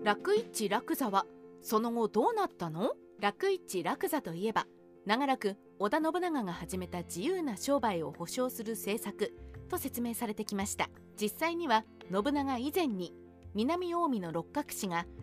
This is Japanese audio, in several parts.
楽市楽座はその後どうなったの？楽市楽座といえば、長らく織田信長が始めた自由な商売を保障する政策と説明されてきました。実際には信長以前に南近江の六角氏が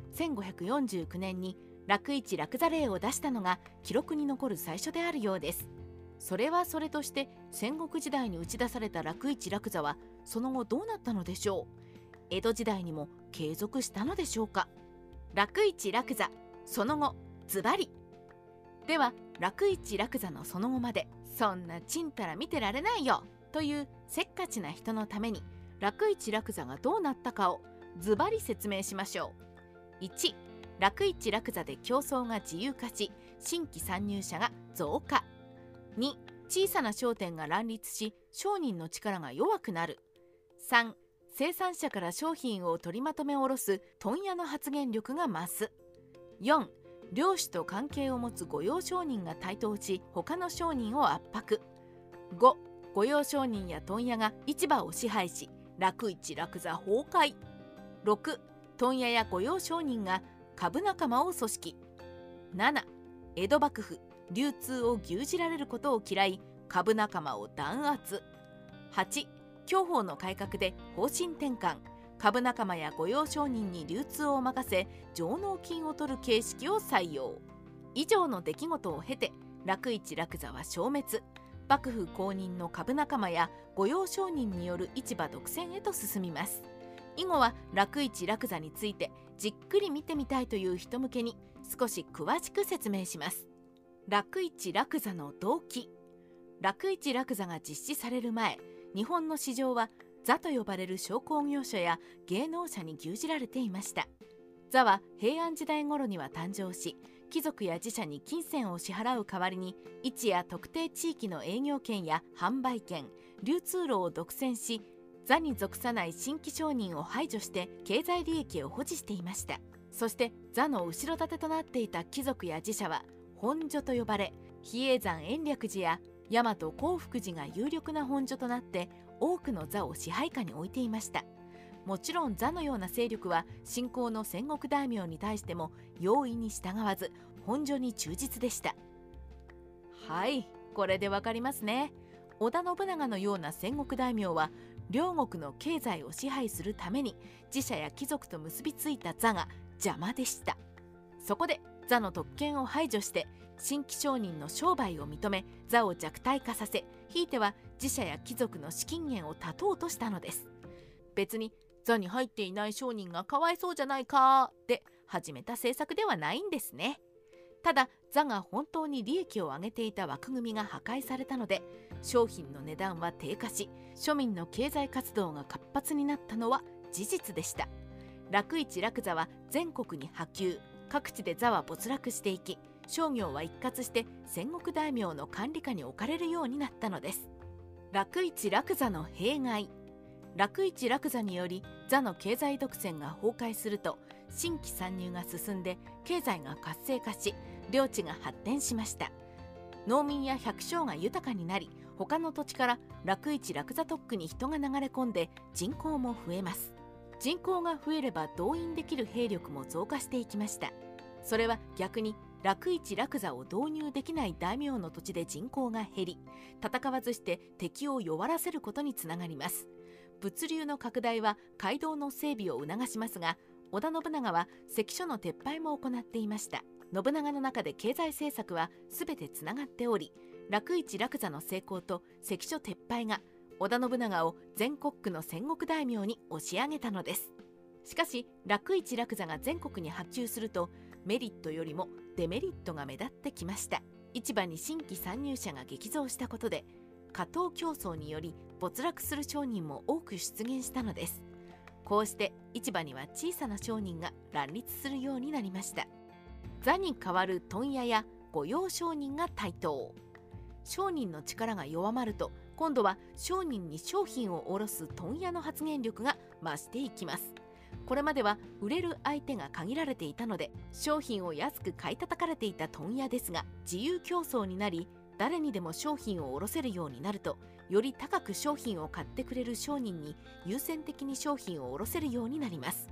1549年に楽市楽座令を出したのが記録に残る最初であるようです。それはそれとして戦国時代に打ち出された楽市楽座はその後どうなったのでしょう。江戸時代にも継続したのでしょうか。楽市楽座その後ズバリ。では楽市楽座のその後までそんなちんたら見てられないよというせっかちな人のために楽市楽座がどうなったかをズバリ説明しましょう。1、楽市楽座で競争が自由化し新規参入者が増加。2、小さな商店が乱立し商人の力が弱くなる。3、生産者から商品を取りまとめ卸す問屋の発言力が増す。4、領主と関係を持つ御用商人が台頭し他の商人を圧迫。5、御用商人や問屋が市場を支配し楽市楽座崩壊。6、問屋や御用商人が株仲間を組織。7、江戸幕府流通を牛耳られることを嫌い株仲間を弾圧。8、享保の改革で方針転換、株仲間や御用商人に流通を任せ上納金を取る形式を採用。以上の出来事を経て楽市楽座は消滅、幕府公認の株仲間や御用商人による市場独占へと進みます。以後は楽市楽座についてじっくり見てみたいという人向けに少し詳しく説明します。楽市楽座の動機。楽市楽座が実施される前、日本の市場は座と呼ばれる商工業者や芸能者に牛耳られていました。座は平安時代頃には誕生し、貴族や寺社に金銭を支払う代わりに位置や特定地域の営業権や販売権、流通路を独占し、座に属さない新規商人を排除して経済利益を保持していました。そして座の後ろ盾となっていた貴族や寺社は本所と呼ばれ、比叡山延暦寺や大和興福寺が有力な本所となって多くの座を支配下に置いていました。もちろん座のような勢力は新興の戦国大名に対しても容易に従わず本所に忠実でした。はい、これでわかりますね。織田信長のような戦国大名は両国の経済を支配するために寺社や貴族と結びついた座が邪魔でした。そこで座の特権を排除して新規商人の商売を認め座を弱体化させ、ひいては寺社や貴族の資金源を断とうとしたのです。別に座に入っていない商人がかわいそうじゃないかで始めた政策ではないんですね。ただ座が本当に利益を上げていた枠組みが破壊されたので商品の値段は低下し庶民の経済活動が活発になったのは事実でした。楽市楽座は全国に波及、各地で座は没落していき、商業は一括して戦国大名の管理下に置かれるようになったのです。楽市楽座の弊害。楽市楽座により座の経済独占が崩壊すると新規参入が進んで経済が活性化し領地が発展しました。農民や百姓が豊かになり、他の土地から楽市楽座特区に人が流れ込んで人口も増えます。人口が増えれば動員できる兵力も増加していきました。それは逆に楽市楽座を導入できない大名の土地で人口が減り、戦わずして敵を弱らせることにつながります。物流の拡大は街道の整備を促しますが、織田信長は関所の撤廃も行っていました。信長の中で経済政策は全てつながっており、楽市楽座の成功と関所撤廃が織田信長を全国区の戦国大名に押し上げたのです。しかし楽市楽座が全国に波及するとメリットよりもデメリットが目立ってきました。市場に新規参入者が激増したことで過当競争により没落する商人も多く出現したのです。こうして市場には小さな商人が乱立するようになりました。座に代わる問屋や御用商人が台頭。商人の力が弱まると今度は商人に商品を卸す問屋の発言力が増していきます。これまでは売れる相手が限られていたので商品を安く買い叩かれていた問屋ですが、自由競争になり誰にでも商品を卸せるようになると、より高く商品を買ってくれる商人に優先的に商品を卸せるようになります。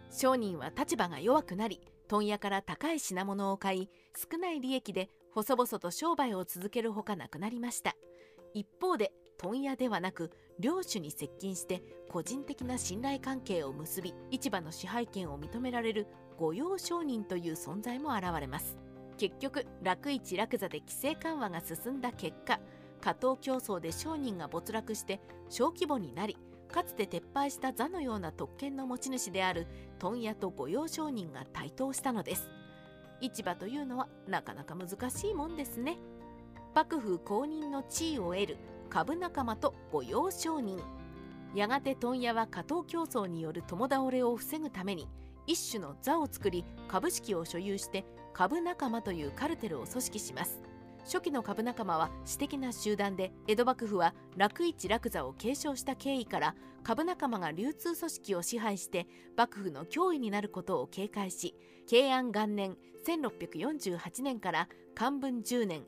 商人は立場が弱くなり、問屋から高い品物を買い、少ない利益で細々と商売を続けるほかなくなりました。一方で問屋ではなく領主に接近して個人的な信頼関係を結び、市場の支配権を認められる御用商人という存在も現れます。結局楽市楽座で規制緩和が進んだ結果、過当競争で商人が没落して小規模になり、かつて撤廃した座のような特権の持ち主である問屋と御用商人が台頭したのです。市場というのはなかなか難しいもんですね。幕府公認の地位を得る株仲間と御用商人。やがて問屋は過当競争による共倒れを防ぐために一種の座を作り、株式を所有して株仲間というカルテルを組織します。初期の株仲間は私的な集団で、江戸幕府は楽市楽座を継承した経緯から株仲間が流通組織を支配して幕府の脅威になることを警戒し、慶安元年1648年から寛文10年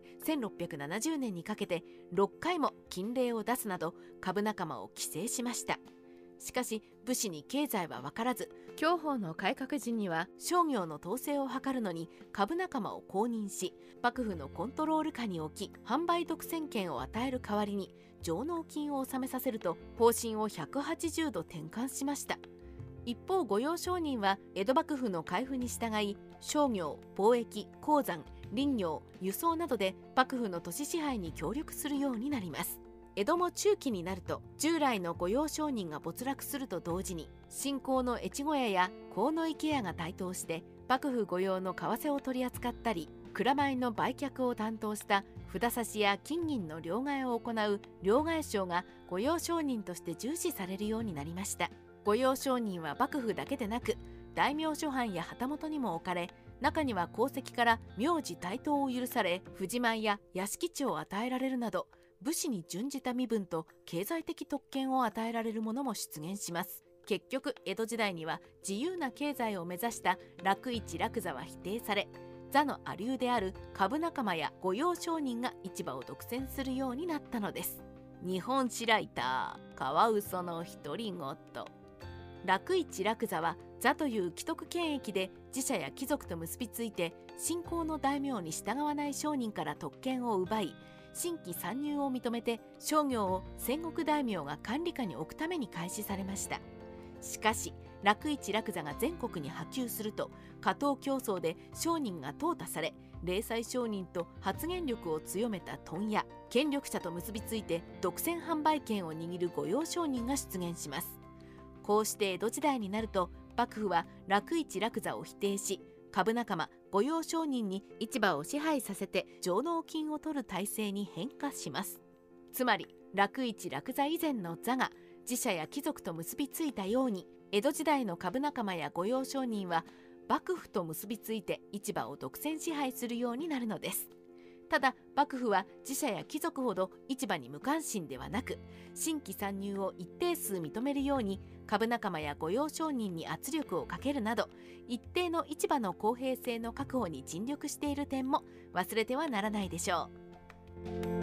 1670年にかけて6回も禁令を出すなど株仲間を規制しました。しかし武士に経済は分からず、享保の改革時には商業の統制を図るのに株仲間を公認し、幕府のコントロール下に置き、販売独占権を与える代わりに上納金を納めさせると方針を180度転換しました。一方御用商人は江戸幕府の海部に従い、商業、貿易、鉱山、林業、輸送などで幕府の都市支配に協力するようになります。江戸も中期になると従来の御用商人が没落すると同時に、新興の越後屋や鴻池屋が台頭して幕府御用の為替を取り扱ったり、蔵米の売却を担当した札差や金銀の両替を行う両替商が御用商人として重視されるようになりました。御用商人は幕府だけでなく大名諸藩や旗本にも置かれ、中には皇籍から名字対等を許され、藤前や屋敷地を与えられるなど、武士に準じた身分と経済的特権を与えられるものも出現します。結局江戸時代には自由な経済を目指した楽市楽座は否定され、座の亜流である株仲間や御用商人が市場を独占するようになったのです。日本史ライターカワウソの独り言。楽市楽座は座という既得権益で寺社や貴族と結びついて、新興の大名に従わない商人から特権を奪い、新規参入を認めて商業を戦国大名が管理下に置くために開始されました。しかし楽市楽座が全国に波及すると、過当競争で商人が淘汰され、零細商人と発言力を強めた問屋、権力者と結びついて独占販売権を握る御用商人が出現します。こうして江戸時代になると、幕府は楽市楽座を否定し、株仲間、御用商人に市場を支配させて上納金を取る体制に変化します。つまり楽市楽座以前の座が寺社や貴族と結びついたように、江戸時代の株仲間や御用商人は幕府と結びついて市場を独占支配するようになるのです。ただ幕府は寺社や貴族ほど市場に無関心ではなく、新規参入を一定数認めるように株仲間や御用商人に圧力をかけるなど、一定の市場の公平性の確保に尽力している点も忘れてはならないでしょう。